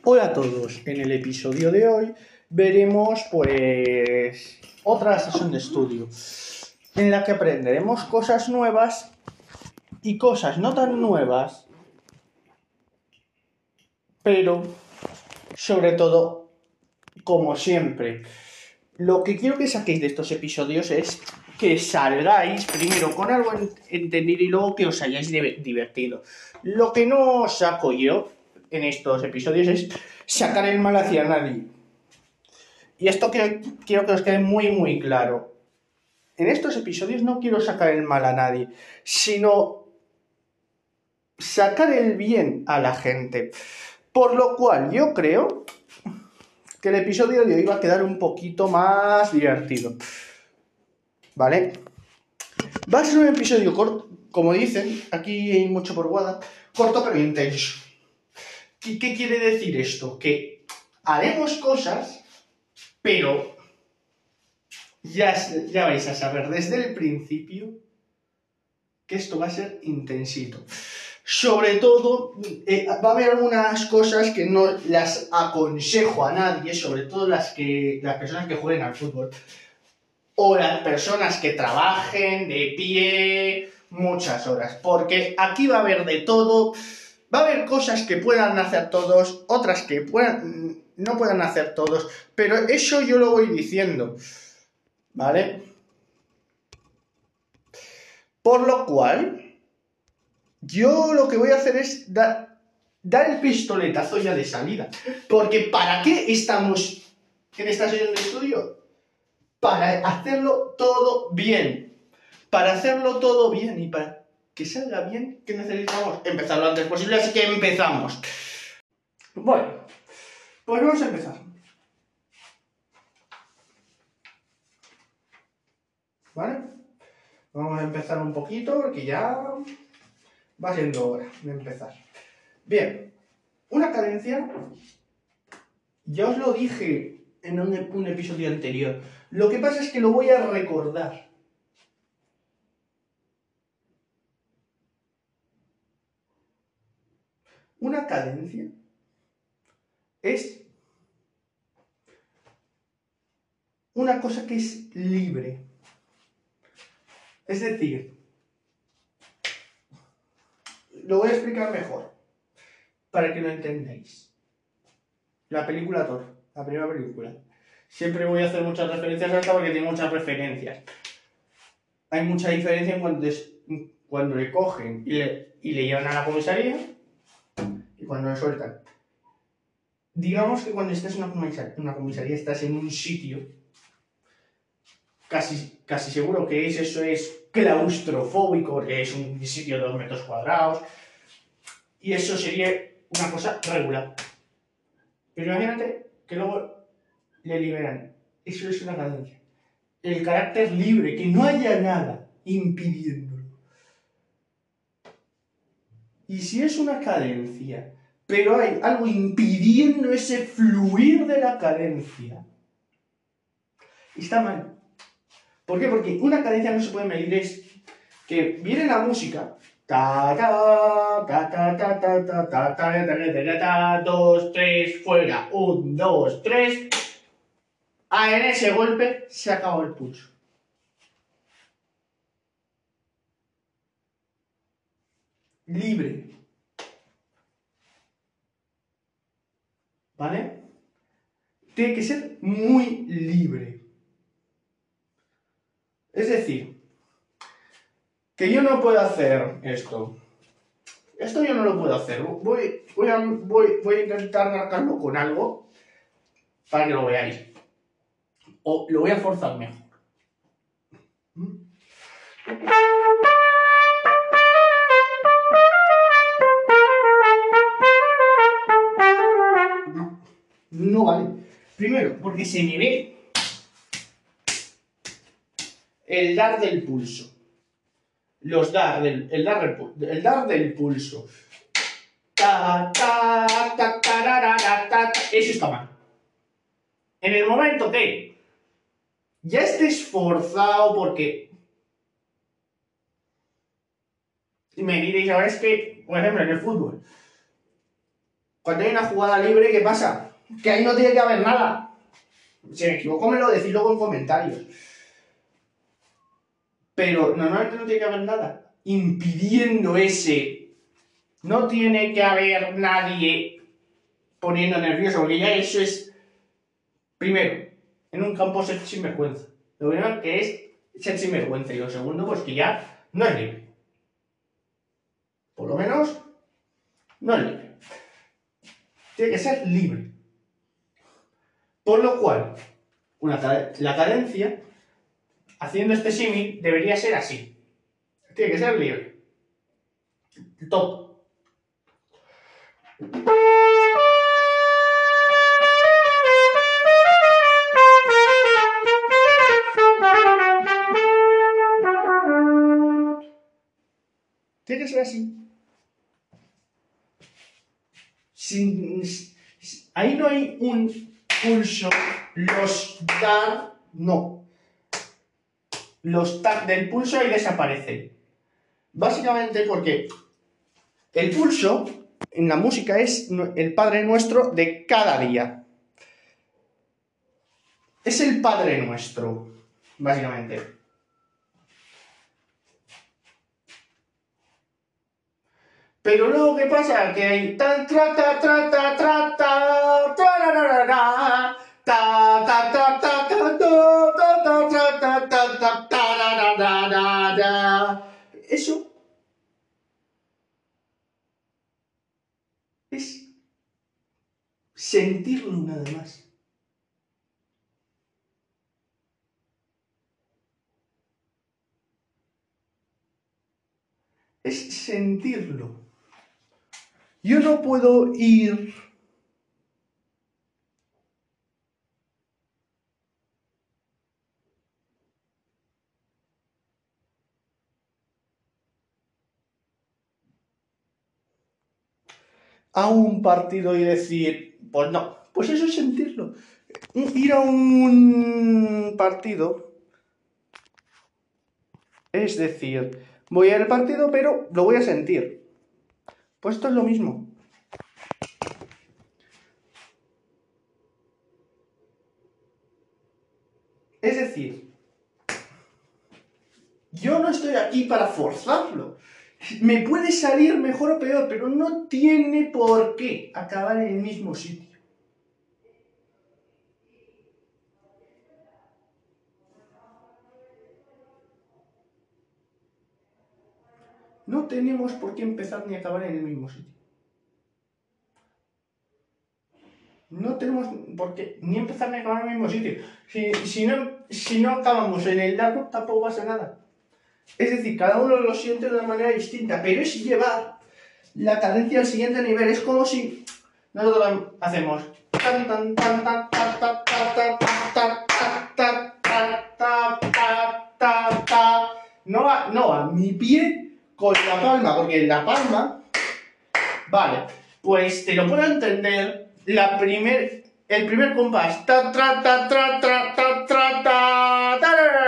Hola a todos, en el episodio de hoy veremos pues otra sesión de estudio en la que aprenderemos cosas nuevas y cosas no tan nuevas, pero sobre todo, como siempre, lo que quiero que saquéis de estos episodios es que salgáis primero con algo entendido y luego que os hayáis divertido. Lo que no saco yo en estos episodios es sacar el mal hacia nadie. Y esto quiero que os quede muy claro. En estos episodios no quiero sacar el mal a nadie, sino sacar el bien a la gente. Por lo cual yo creo que el episodio de hoy va a quedar un poquito más divertido. ¿Vale? Va a ser un episodio corto, como dicen, aquí hay mucho por WhatsApp, corto pero intenso. ¿Y qué quiere decir esto? Que haremos cosas, pero ya vais a saber desde el principio que esto va a ser intensito. Sobre todo, va a haber algunas cosas que no las aconsejo a nadie, sobre todo las personas que jueguen al fútbol. O las personas que trabajen de pie muchas horas. Porque aquí va a haber de todo. Va a haber cosas que puedan hacer todos, otras que no puedan hacer todos. Pero eso yo lo voy diciendo. ¿Vale? Por lo cual, yo lo que voy a hacer es dar el pistoletazo ya de salida. Porque ¿para qué estamos en esta sesión de estudio? Para hacerlo todo bien. Para hacerlo todo bien y para que salga bien, ¿qué necesitamos? Empezar lo antes posible, así que empezamos. Bueno, pues vamos a empezar. ¿Vale? Vamos a empezar un poquito porque ya va siendo hora de empezar. Bien, una cadencia, ya os lo dije en un episodio anterior. Lo que pasa es que lo voy a recordar. Una cadencia es una cosa que es libre. Es decir, lo voy a explicar mejor, para que lo entendáis. La película Thor, la primera película. Siempre voy a hacer muchas referencias a esta porque tiene muchas referencias. Hay mucha diferencia en cuando le cogen y le llevan a la comisaría y cuando le sueltan. Digamos que cuando estás en una comisaría estás en un sitio, casi seguro que eso es claustrofóbico, porque es un sitio de 2 metros cuadrados, y eso sería una cosa regular. Pero imagínate que luego le liberan. Eso es una cadencia. El carácter libre, que no haya nada impidiéndolo. Y si es una cadencia, pero hay algo impidiendo ese fluir de la cadencia, está mal. ¿Por qué? Porque una cadencia no se puede medir, es que viene la música, ta ta ta ta ta ta ta ta ta ta 2, 3, fuera, 1, 2, 3. En ese golpe se acabó el pulso. Libre. ¿Vale? Tiene que ser muy libre. Es decir, que yo no puedo hacer esto. Esto yo no lo puedo hacer. Voy a intentar marcarlo con algo para que lo veáis. O lo voy a forzar mejor. No vale. Primero, porque se me ve el dar del pulso. El dar del pulso. Ta, ta, ta, tararara, ta, ta. Eso está mal. En el momento que ya estés forzado porque... Y me diréis, ahora es que, por ejemplo, en el fútbol, Cuando hay una jugada libre, ¿qué pasa? Que ahí no tiene que haber nada. Si me equivoco, me lo decís luego en comentarios. Pero normalmente no tiene que haber nada impidiendo ese. No tiene que haber nadie poniendo nervioso, porque ya eso es, primero, en un campo ser sinvergüenza. Lo primero que es ser sinvergüenza, y lo segundo, pues que ya no es libre. Por lo menos, no es libre. Tiene que ser libre. Por lo cual, la cadencia, haciendo este símil, debería ser así. Tiene que ser libre. Top. Tiene que ser así. Ahí no hay un pulso, los tar, no. Los tar del pulso ahí desaparecen. Básicamente porque el pulso en la música es el Padre Nuestro de cada día. Es el Padre Nuestro, básicamente. Pero luego, ¿qué pasa? Que hay tan tra ta tra ta tra ta ta ta ta ta ta ta ta ta. Eso es sentirlo nada más. Es sentirlo. Yo no puedo ir a un partido y decir, pues no, pues eso es sentirlo. Ir a un partido es decir, voy al partido, pero lo voy a sentir. Pues esto es lo mismo. Es decir, yo no estoy aquí para forzarlo. Me puede salir mejor o peor, pero no tiene por qué acabar en el mismo sitio. No tenemos por qué empezar ni acabar en el mismo sitio. No tenemos por qué ni empezar ni acabar en el mismo sitio. Si no acabamos en el largo, tampoco pasa nada. Es decir, cada uno lo siente de una manera distinta, pero es llevar la cadencia al siguiente nivel. Es como si nosotros hacemos no a mi pie con la palma, porque en la palma, vale, pues te lo puedo entender el primer compás, ta tra ta tra tra ta tra ta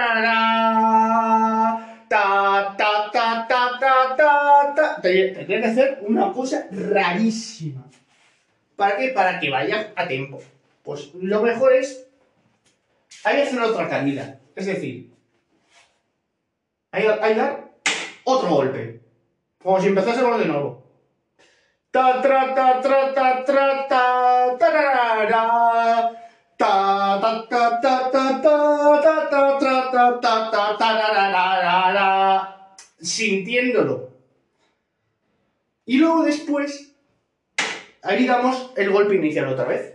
ta ta ta ta ta ta. Tendría que hacer una cosa rarísima. ¿Para qué? Para que vaya a tiempo. Pues lo mejor es, hay que hacer otra calidad. Es decir, hay que dar otro golpe. Como si empezásemos de nuevo. Ta tra ta tra ta tra ta tarara. Ta ta ta ta ta ta ta ta tra ta ta ta tarara. Sintiéndolo. Y luego después, ahí damos el golpe inicial otra vez.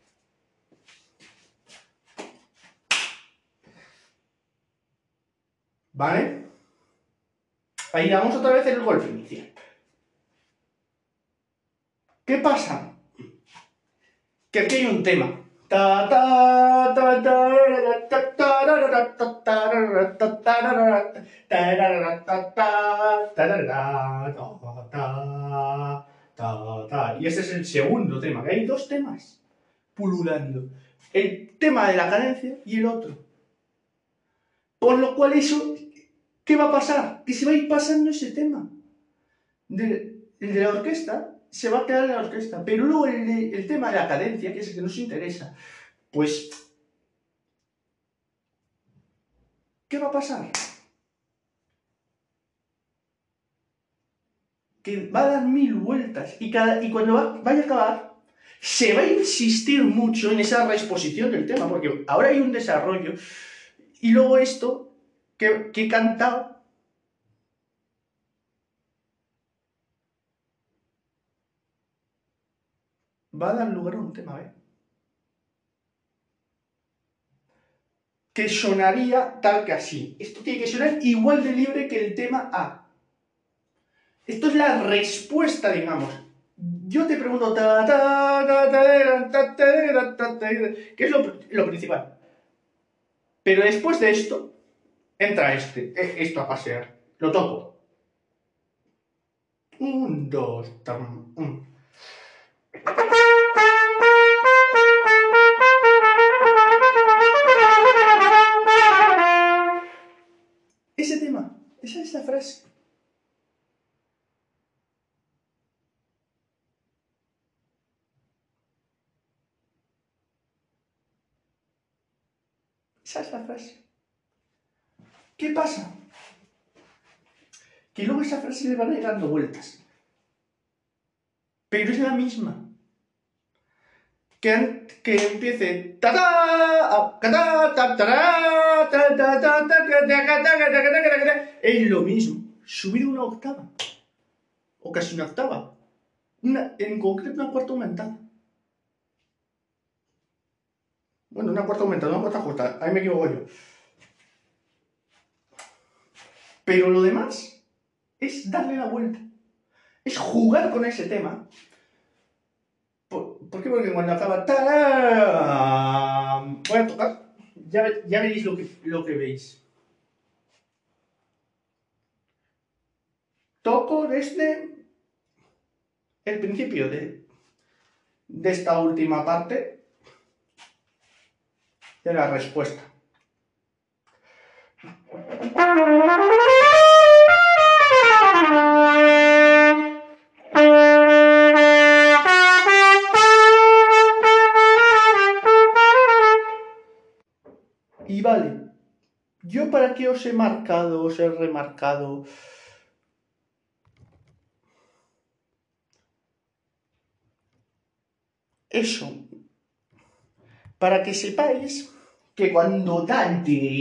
¿Vale? Ahí damos otra vez el golpe inicial. ¿Qué pasa? Que aquí hay un tema. Y ese es el segundo tema, que hay dos temas pululando. El tema de la cadencia y el otro. Por lo cual eso, ¿qué va a pasar? Que se va a ir pasando ese tema. El de la orquesta se va a quedar en la orquesta, pero luego el tema de la cadencia, que es el que nos interesa, pues, ¿qué va a pasar? Que va a dar 1000 vueltas y cuando vaya a acabar, se va a insistir mucho en esa reexposición del tema, porque ahora hay un desarrollo y luego esto que he cantado va a dar lugar a un tema B. Que sonaría tal que así. Esto tiene que sonar igual de libre que el tema A. Esto es la respuesta, digamos. Yo te pregunto, ¿qué es lo principal? Pero después de esto, entra esto a pasear. Lo toco. 1, 2, 1. Ese tema, esa es la frase. Esa es la frase. ¿Qué pasa? Que luego esa frase le van a ir dando vueltas. Pero es la misma. Que empiece es lo mismo, subido una octava, o casi una octava, en concreto una cuarta aumentada. Bueno, una cuarta aumentada, una cuarta justa, ahí me equivoco yo. Pero lo demás es darle la vuelta, es jugar con ese tema. ¿Por qué? Porque cuando acaba... voy a tocar. Ya veréis lo que veis. Toco desde el principio de esta última parte de la respuesta. Y vale, yo para qué os he marcado, os he remarcado eso, para que sepáis que cuando dan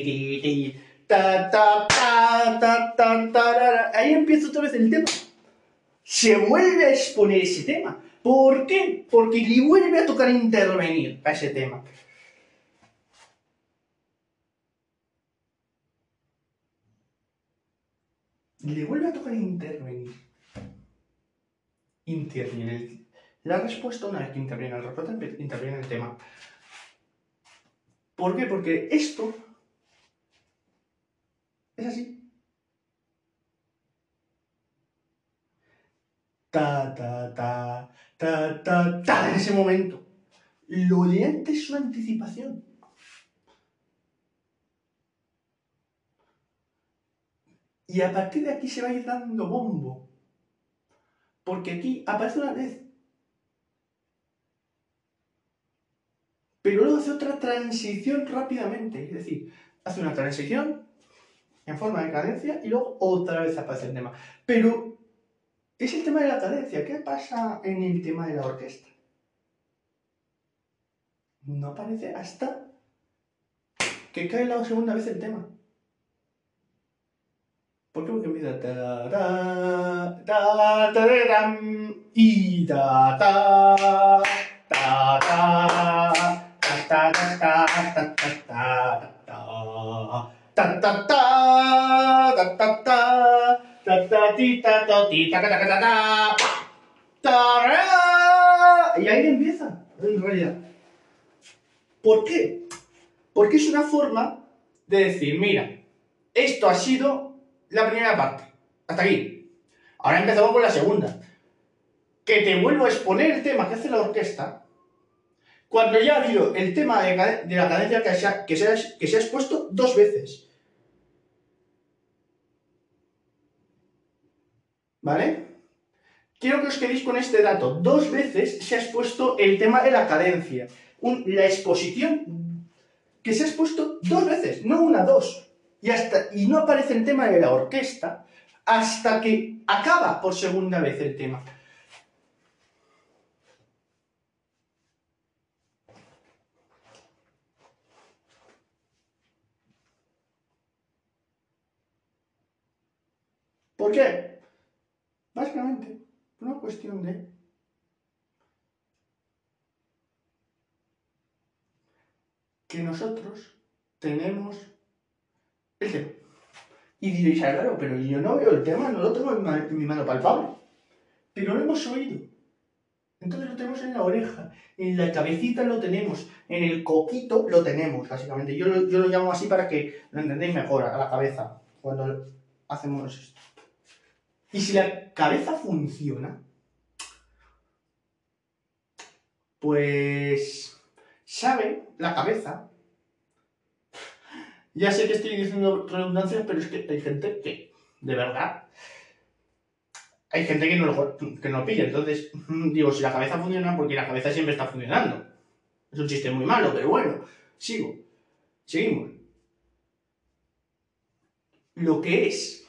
ahí empieza otra vez el tema. Se vuelve a exponer ese tema. ¿Por qué? Porque le vuelve a tocar intervenir a ese tema. Le vuelve a tocar intervenir. Interviene la respuesta una vez que interviene el respuesta, interviene el tema. ¿Por qué? Porque esto es así. En ese momento. Lo de antes es una anticipación. Y a partir de aquí se va a ir dando bombo. Porque aquí aparece una vez. Pero luego hace otra transición rápidamente. Es decir, hace una transición en forma de cadencia y luego otra vez aparece el tema. Pero es el tema de la cadencia. ¿Qué pasa en el tema de la orquesta? No aparece hasta que cae la segunda vez el tema. ¿Por qué? Porque empieza y y ahí empieza, en realidad. ¿Por qué? Porque es una forma de decir, mira, esto ha sido la primera parte, hasta aquí. Ahora empezamos con la segunda. Que te vuelvo a exponer el tema que hace la orquesta, cuando ya ha habido el tema de la cadencia que se ha expuesto 2 veces. ¿Vale? quiero que os quedéis con este dato. 2 veces se ha expuesto el tema de la cadencia. La exposición que se ha expuesto 2 veces, no una, 2. Y no aparece el tema de la orquesta hasta que acaba por segunda vez el tema. ¿Por qué? Básicamente, por una cuestión de que nosotros tenemos el tema. Y diréis, claro, pero yo no veo el tema, no lo tengo en mi mano palpable. Pero lo hemos oído. Entonces lo tenemos en la oreja, en la cabecita lo tenemos, en el coquito lo tenemos, básicamente. Yo lo llamo así para que lo entendáis mejor, a la cabeza, cuando hacemos esto. Y si la cabeza funciona, pues sabe la cabeza. Ya sé que estoy diciendo redundancias, pero es que hay gente que, de verdad, hay gente que no lo pilla. Entonces, digo, si la cabeza funciona, porque la cabeza siempre está funcionando. Es un chiste muy malo, pero bueno, seguimos. Lo que es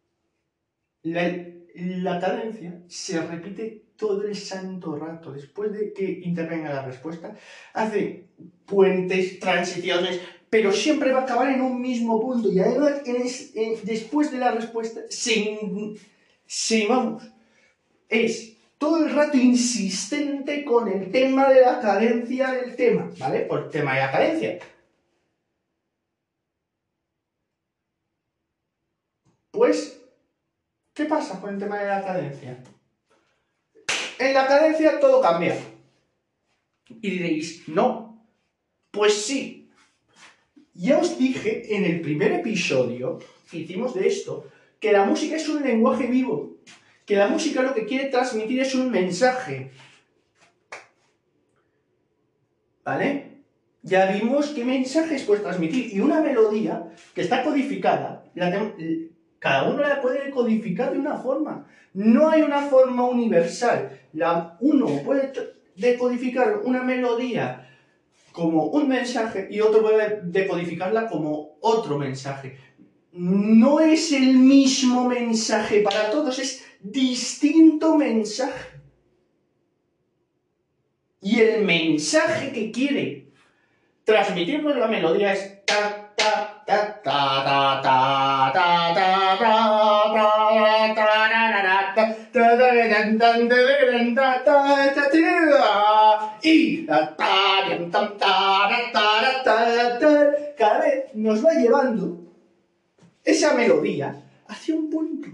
la cadencia se repite todo el santo rato. Después de que intervenga la respuesta, hace puentes, transiciones, pero siempre va a acabar en un mismo punto. Y además, después de la respuesta, es todo el rato insistente con el tema de la cadencia del tema, ¿vale? Por el tema de la cadencia. Pues, ¿qué pasa con el tema de la cadencia? En la cadencia todo cambia. Y diréis, no. Pues sí. Ya os dije en el primer episodio que hicimos de esto, que la música es un lenguaje vivo. Que la música lo que quiere transmitir es un mensaje. ¿Vale? Ya vimos qué mensajes puede transmitir. Y una melodía que está codificada, cada uno la puede codificar de una forma. No hay una forma universal. Uno puede decodificar una melodía como un mensaje y otro puede decodificarla como otro mensaje. No es el mismo mensaje para todos, es distinto mensaje. Y el mensaje que quiere transmitirnos la melodía es ta ta ta ta ta ta ta ta y cada vez nos va llevando esa melodía hacia un punto.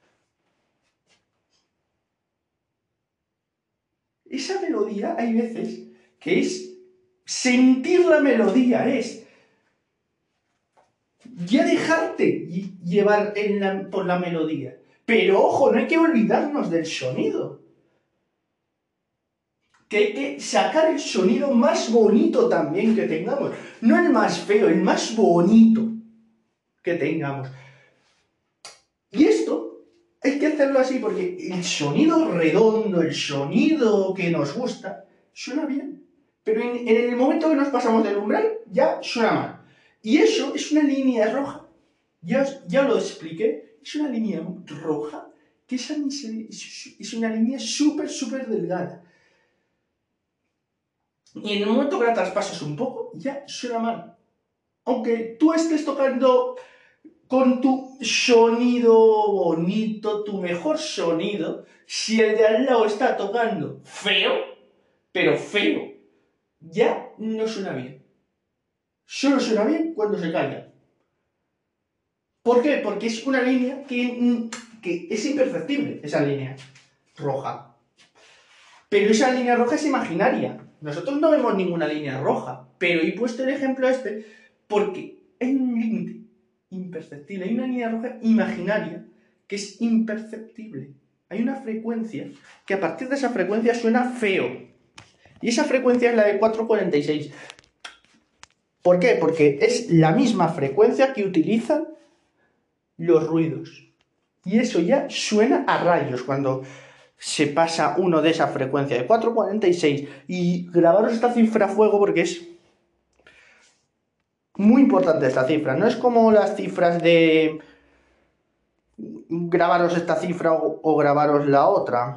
Esa melodía hay veces que es sentir la melodía, es ya dejarte llevar por la melodía. Pero ojo, no hay que olvidarnos del sonido. Que hay que sacar el sonido más bonito también que tengamos. No el más feo, el más bonito que tengamos. Y esto hay que hacerlo así porque el sonido redondo, el sonido que nos gusta, suena bien. Pero en el momento que nos pasamos del umbral, ya suena mal. Y eso es una línea roja. Ya lo expliqué. Es una línea roja que es una línea súper delgada. Y en el momento que la traspasas un poco, ya suena mal. Aunque tú estés tocando con tu sonido bonito, tu mejor sonido, si el de al lado está tocando feo, pero feo, ya no suena bien. Solo suena bien cuando se calla. ¿Por qué? Porque es una línea que es imperceptible, esa línea roja. Pero esa línea roja es imaginaria. Nosotros no vemos ninguna línea roja, pero he puesto el ejemplo porque hay un límite imperceptible. Hay una línea roja imaginaria que es imperceptible. Hay una frecuencia que a partir de esa frecuencia suena feo. Y esa frecuencia es la de 446. ¿Por qué? Porque es la misma frecuencia que utilizan los ruidos. Y eso ya suena a rayos. Cuando se pasa uno de esa frecuencia de 446 y grabaros esta cifra a fuego porque es muy importante esta cifra. No es como las cifras de grabaros esta cifra o grabaros la otra.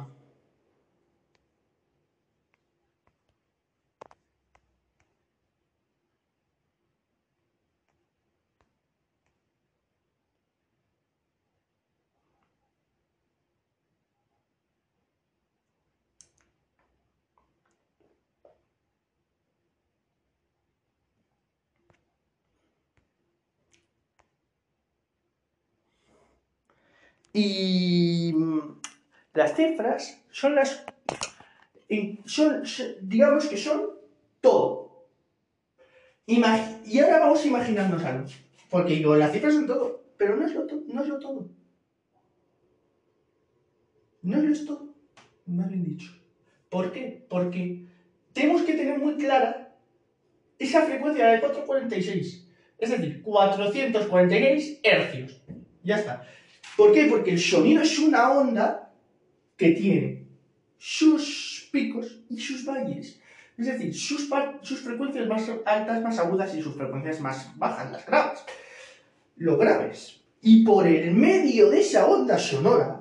Y las cifras son las... digamos que son todo. Y ahora vamos a imaginarnos algo. Porque digo, las cifras son todo, pero no es lo todo. No es lo todo. No es lo todo. Más bien dicho. ¿Por qué? Porque tenemos que tener muy clara esa frecuencia de 446. Es decir, 446 hercios. Ya está. ¿Por qué? Porque el sonido es una onda que tiene sus picos y sus valles. Es decir, sus frecuencias más altas, más agudas y sus frecuencias más bajas, las graves. Los graves. Y por el medio de esa onda sonora,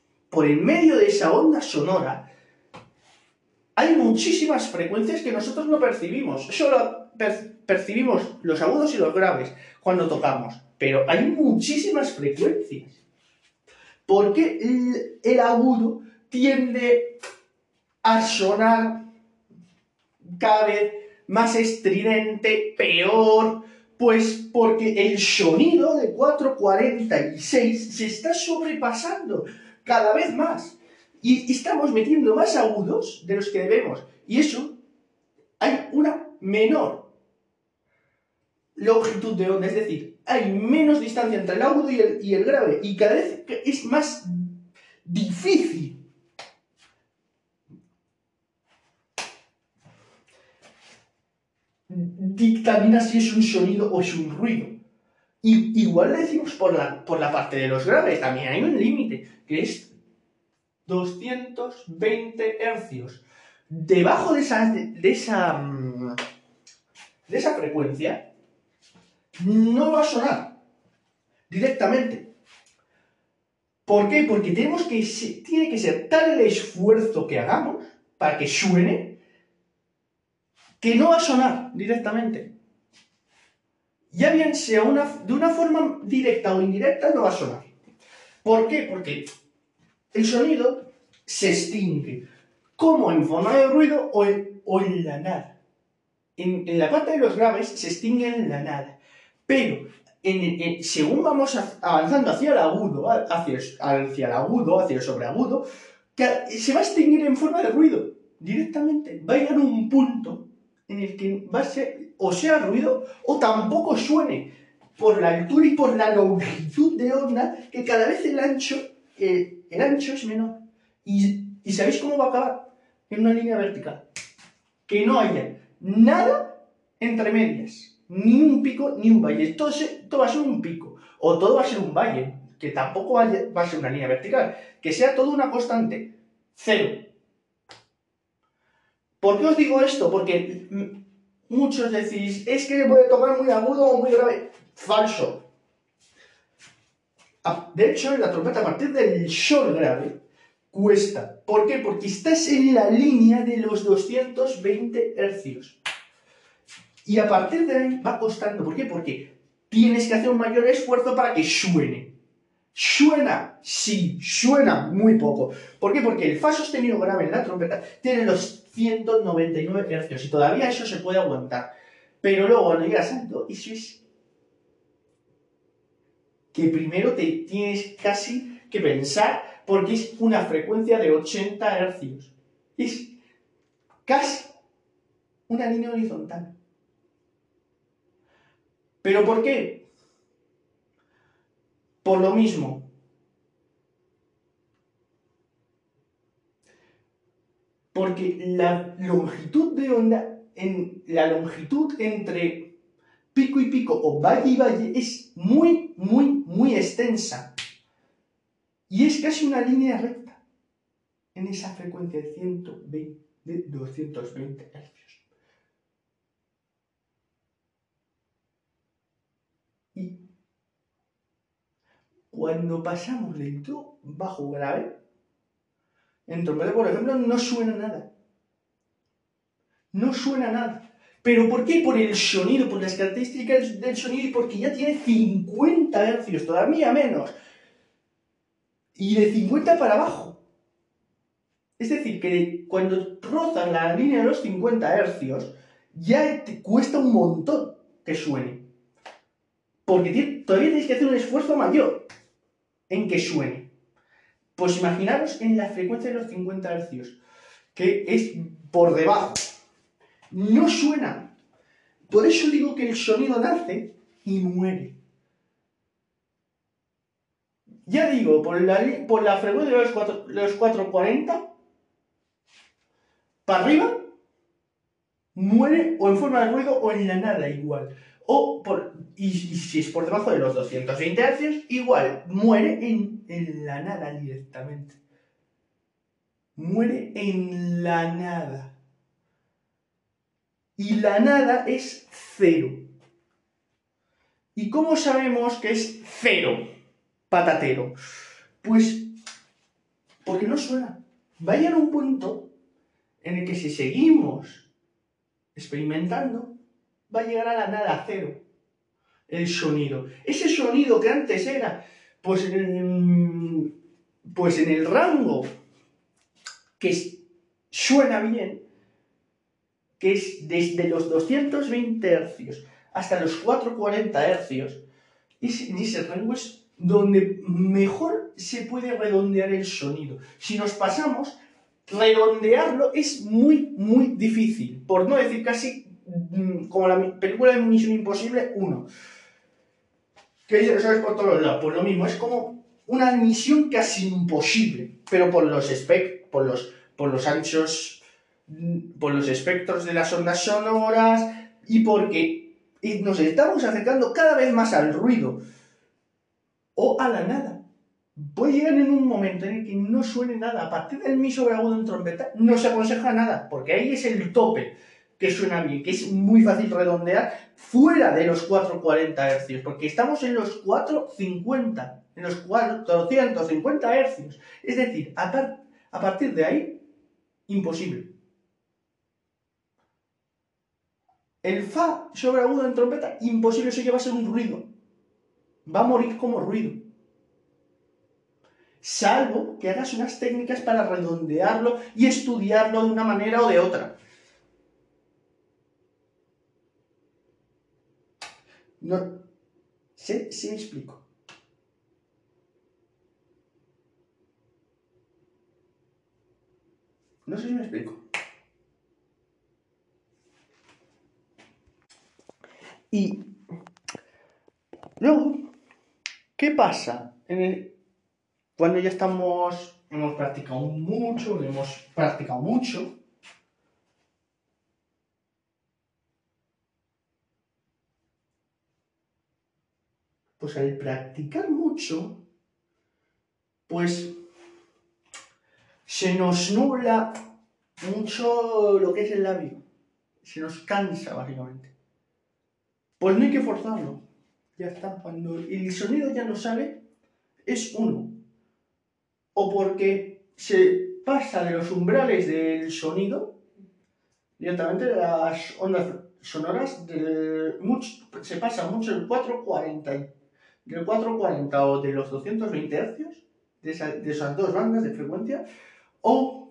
hay muchísimas frecuencias que nosotros no percibimos. Solo percibimos los agudos y los graves cuando tocamos. Pero hay muchísimas frecuencias. Porque el agudo tiende a sonar cada vez más estridente, peor, pues porque el sonido de 446 se está sobrepasando cada vez más. Y estamos metiendo más agudos de los que debemos. Y eso, hay una menor longitud de onda, es decir, hay menos distancia entre el agudo y el grave. Y cada vez es más difícil dictamina si es un sonido o es un ruido. Y igual decimos por la parte de los graves, también hay un límite, que es 220 hercios. Debajo de esa frecuencia no va a sonar directamente. ¿Por qué? Porque tiene que ser tal el esfuerzo que hagamos para que suene que no va a sonar directamente. Ya bien sea de una forma directa o indirecta, no va a sonar. ¿Por qué? Porque el sonido se extingue, como en forma de ruido o en la nada. En la parte de los graves se extingue en la nada. Pero según vamos avanzando hacia el agudo, hacia el sobreagudo, se va a extinguir en forma de ruido directamente. Va a llegar a un punto en el que va a ser o sea ruido o tampoco suene por la altura y por la longitud de onda, que cada vez el ancho es menor. ¿Y sabéis cómo va a acabar? En una línea vertical. Que no haya nada entre medias. Ni un pico ni un valle. Todo va a ser un pico. O todo va a ser un valle. Que tampoco va a ser una línea vertical. Que sea todo una constante. Cero. ¿Por qué os digo esto? Porque muchos decís, es que puede tocar muy agudo o muy grave. Falso. De hecho, en la trompeta, a partir del sol grave, cuesta. ¿Por qué? Porque estás en la línea de los 220 hercios. Y a partir de ahí va costando. ¿Por qué? Porque tienes que hacer un mayor esfuerzo para que suene. ¿Suena? Sí, suena muy poco. ¿Por qué? Porque el fa sostenido grave en la trompeta tiene los 199 hercios y todavía eso se puede aguantar. Pero luego cuando llegas alto, eso es que primero te tienes casi que pensar, porque es una frecuencia de 80 hercios. Es casi una línea horizontal. ¿Pero por qué? Por lo mismo. Porque la longitud de onda, la longitud entre pico y pico o valle y valle es muy, muy, muy extensa. Y es casi una línea recta en esa frecuencia de 220 Hz. Y cuando pasamos del do bajo grave, en trompeta, por ejemplo, no suena nada. No suena nada. ¿Pero por qué? Por el sonido, por las características del sonido y porque ya tiene 50 Hz, todavía menos. Y de 50 para abajo. Es decir, que cuando rozas la línea de los 50 Hz, ya te cuesta un montón que suene. Porque todavía tienes que hacer un esfuerzo mayor en que suene. Pues imaginaros en la frecuencia de los 50 Hz, que es por debajo. No suena. Por eso digo que el sonido nace y muere. Ya digo, por la frecuencia de los 440, para arriba, muere o en forma de ruido o en la nada igual. Y si es por debajo de los 220 Hz, igual, muere en la nada directamente. Muere en la nada. Y la nada es cero. ¿Y cómo sabemos que es cero, patatero? Pues porque no suena. Va a llegar un punto en el que si seguimos experimentando, va a llegar a la nada, cero, el sonido. Ese sonido que antes era, pues en el rango que suena bien, que es desde los 220 Hz hasta los 440 Hz, en ese rango es donde mejor se puede redondear el sonido. Si nos pasamos, redondearlo es muy, muy difícil. Por no decir casi como la película de Misión Imposible 1. Que eso es por todos lados. Pues lo mismo, es como una misión casi imposible. Pero por los anchos, por los espectros de las ondas sonoras y porque nos estamos acercando cada vez más al ruido o a la nada. Puede llegar en un momento en el que no suene nada. A partir del mi sobre agudo en trompeta no se aconseja nada, porque ahí es el tope que suena bien, que es muy fácil redondear fuera de los 440 Hz, porque estamos en los 450, en los 450 Hz. Es decir, a partir de ahí, imposible. El fa sobre agudo en trompeta, imposible, eso ya va a ser un ruido. Va a morir como ruido. Salvo que hagas unas técnicas para redondearlo y estudiarlo de una manera o de otra. No sé si me explico. No sé si me explico. Y luego, ¿qué pasa cuando ya hemos practicado mucho, lo hemos practicado mucho? Pues al practicar mucho, pues se nos nubla mucho lo que es el labio. Se nos cansa, básicamente. Pues no hay que forzarlo. Ya está. Cuando el sonido ya no sale, es uno. O porque se pasa de los umbrales del sonido, directamente de las ondas sonoras, se pasa mucho del 440 o de los 220 Hz, de esas dos bandas de frecuencia, o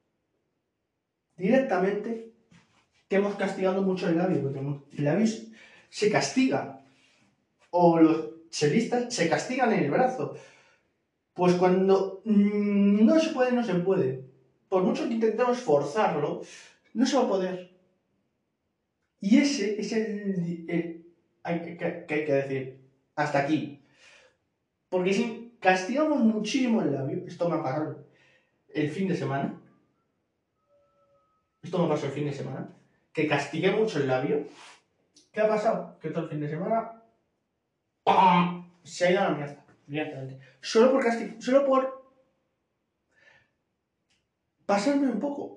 directamente que hemos castigado mucho el labio, porque el labio se castiga, o los chelistas se castigan en el brazo. Pues cuando no se puede, no se puede. Por mucho que intentemos forzarlo, no se va a poder. Y ese es que hay que decir, hasta aquí. Porque si castigamos muchísimo el labio, esto me ha pasado el fin de semana, que castigué mucho el labio, ¿qué ha pasado? Que todo el fin de semana ¡pam! Se ha ido a la mierda, directamente. Solo por pasarme un poco.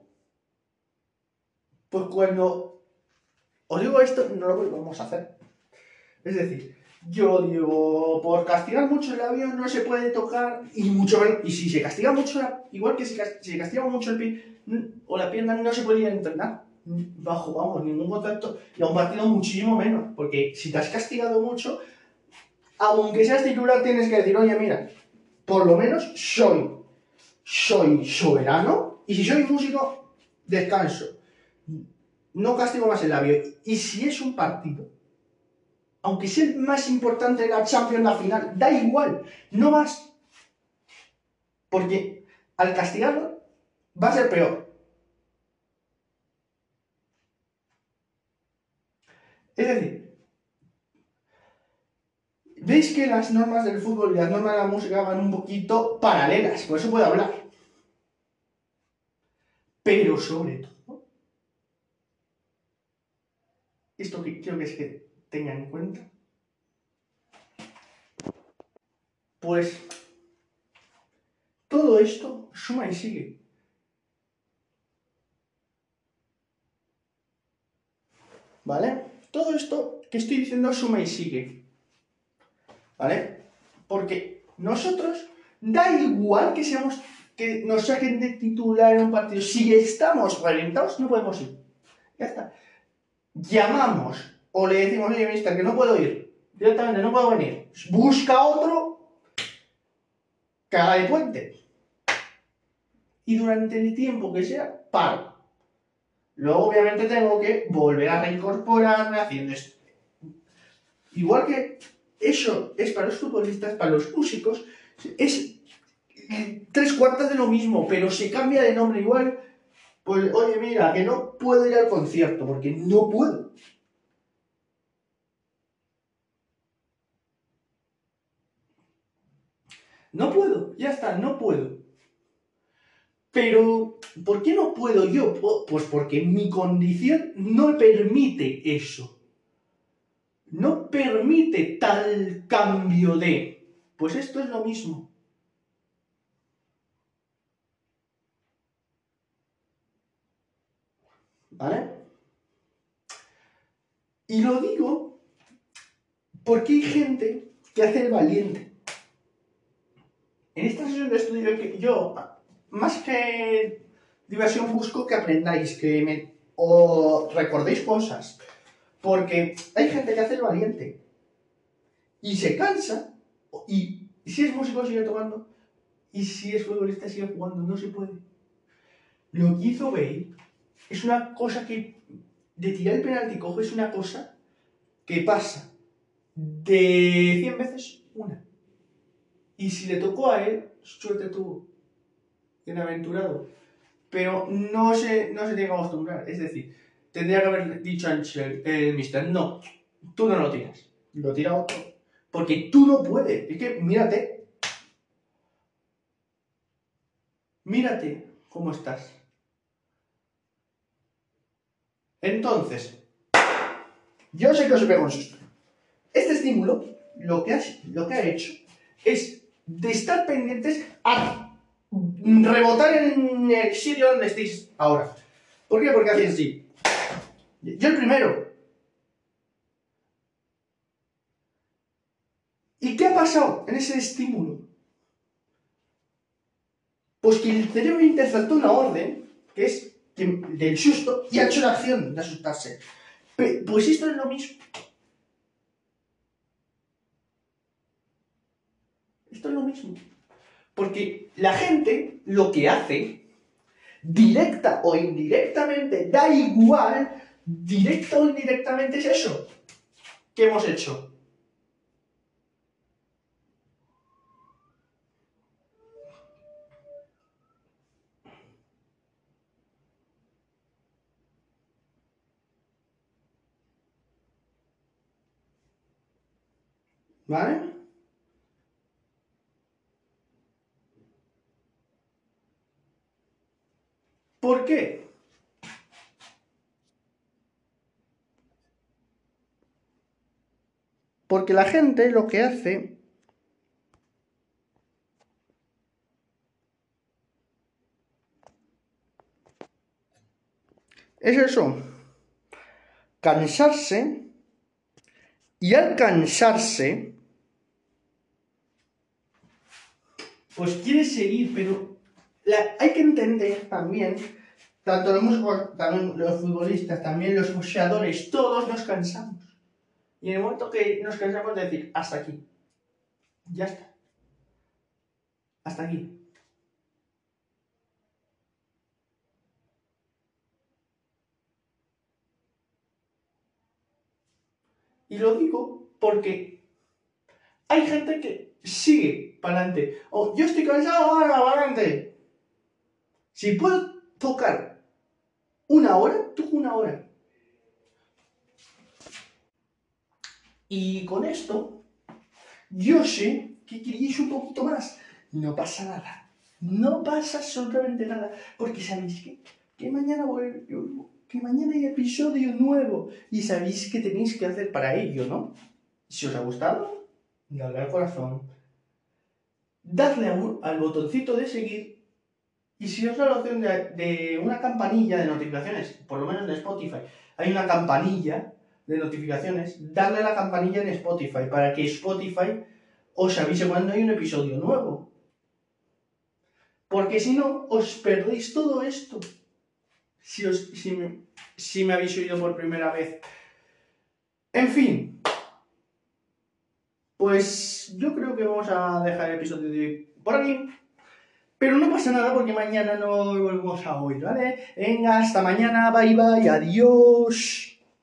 Pues cuando os digo esto, no lo volvemos a hacer. Es decir, yo digo, por castigar mucho el labio no se puede tocar y mucho menos. Y si se castiga mucho, igual que si se castiga mucho el pie o la pierna, no se puede ir a entrenar. Bajo, vamos, ningún contacto. Y a un partido muchísimo menos. Porque si te has castigado mucho, aunque seas titular, tienes que decir, oye, mira, por lo menos soy soberano. Y si soy músico, descanso. No castigo más el labio. Y si es un partido, aunque sea el más importante de la Champions, la final, da igual, no más. Porque al castigarlo va a ser peor. Es decir, veis que las normas del fútbol y las normas de la música van un poquito paralelas, por eso puedo hablar. Pero sobre todo, esto que quiero que es que tengan en cuenta, pues todo esto suma y sigue. ¿Vale? Todo esto que estoy diciendo suma y sigue. ¿Vale? Porque nosotros, da igual que seamos, que nos saquen de titular en un partido, si estamos reventados, no podemos ir. Ya está. Llamamos o le decimos, oye, mister, que no puedo ir. Directamente, no puedo venir. Busca otro que haga de puente. Y durante el tiempo que sea, paro. Luego, obviamente, tengo que volver a reincorporarme haciendo esto. Igual que eso es para los futbolistas, para los músicos, es 3/4 de lo mismo, pero se cambia de nombre igual. Pues, oye, mira, que no puedo ir al concierto, porque no puedo. No puedo, ya está, no puedo. Pero, ¿por qué no puedo yo? Pues porque mi condición no permite eso. No permite tal cambio de... Pues esto es lo mismo. ¿Vale? Y lo digo porque hay gente que hace el valiente. En esta sesión de estudio yo más que diversión, busco que aprendáis, o recordéis cosas. Porque hay gente que hace el valiente y se cansa, y si es músico sigue tocando, y si es futbolista sigue jugando, no se puede. Lo que hizo Bale es una cosa que, de tirar el penalti cojo, es una cosa que pasa de 100 veces una. Y si le tocó a él, suerte tuvo. Bienaventurado. Pero no se tiene que acostumbrar. Es decir, tendría que haber dicho a el mister, no, tú no lo tiras. Lo tira otro. Porque tú no puedes. Es que mírate cómo estás. Entonces, yo sé que os pego un susto. Este estímulo lo que ha hecho es de estar pendientes a rebotar en el sitio donde estéis ahora. ¿Por qué? Porque hacéis así. Yo el primero. ¿Y qué ha pasado en ese estímulo? Pues que el cerebro interceptó una orden, que es del susto, y ha hecho la acción de asustarse. Pues esto es lo mismo. Esto es lo mismo. Porque la gente lo que hace, directa o indirectamente, da igual, directa o indirectamente es eso que hemos hecho. ¿Vale? ¿Por qué? Porque la gente lo que hace es eso, cansarse, y al cansarse, pues quiere seguir, pero hay que entender también, tanto los músicos, también los futbolistas, también los boxeadores, todos nos cansamos. Y en el momento que nos cansamos de decir, hasta aquí, ya está, hasta aquí. Y lo digo porque hay gente que sigue para adelante. O yo estoy cansado, ahora para adelante. Si puedo tocar una hora, toco una hora. Y con esto, yo sé que queréis un poquito más. No pasa nada. No pasa absolutamente nada. Porque sabéis que mañana que mañana hay episodio nuevo. Y sabéis qué tenéis que hacer para ello, ¿no? Si os ha gustado, dadle al corazón. Dadle al botoncito de seguir. Y si os da la opción de una campanilla de notificaciones, por lo menos en Spotify, hay una campanilla de notificaciones, darle a la campanilla en Spotify para que Spotify os avise cuando hay un episodio nuevo. Porque si no, os perdéis todo esto. Si me habéis oído por primera vez. En fin. Pues yo creo que vamos a dejar el episodio de hoy por aquí. Pero no pasa nada porque mañana no volvemos a oír, ¿vale? Venga, hasta mañana, bye bye, adiós.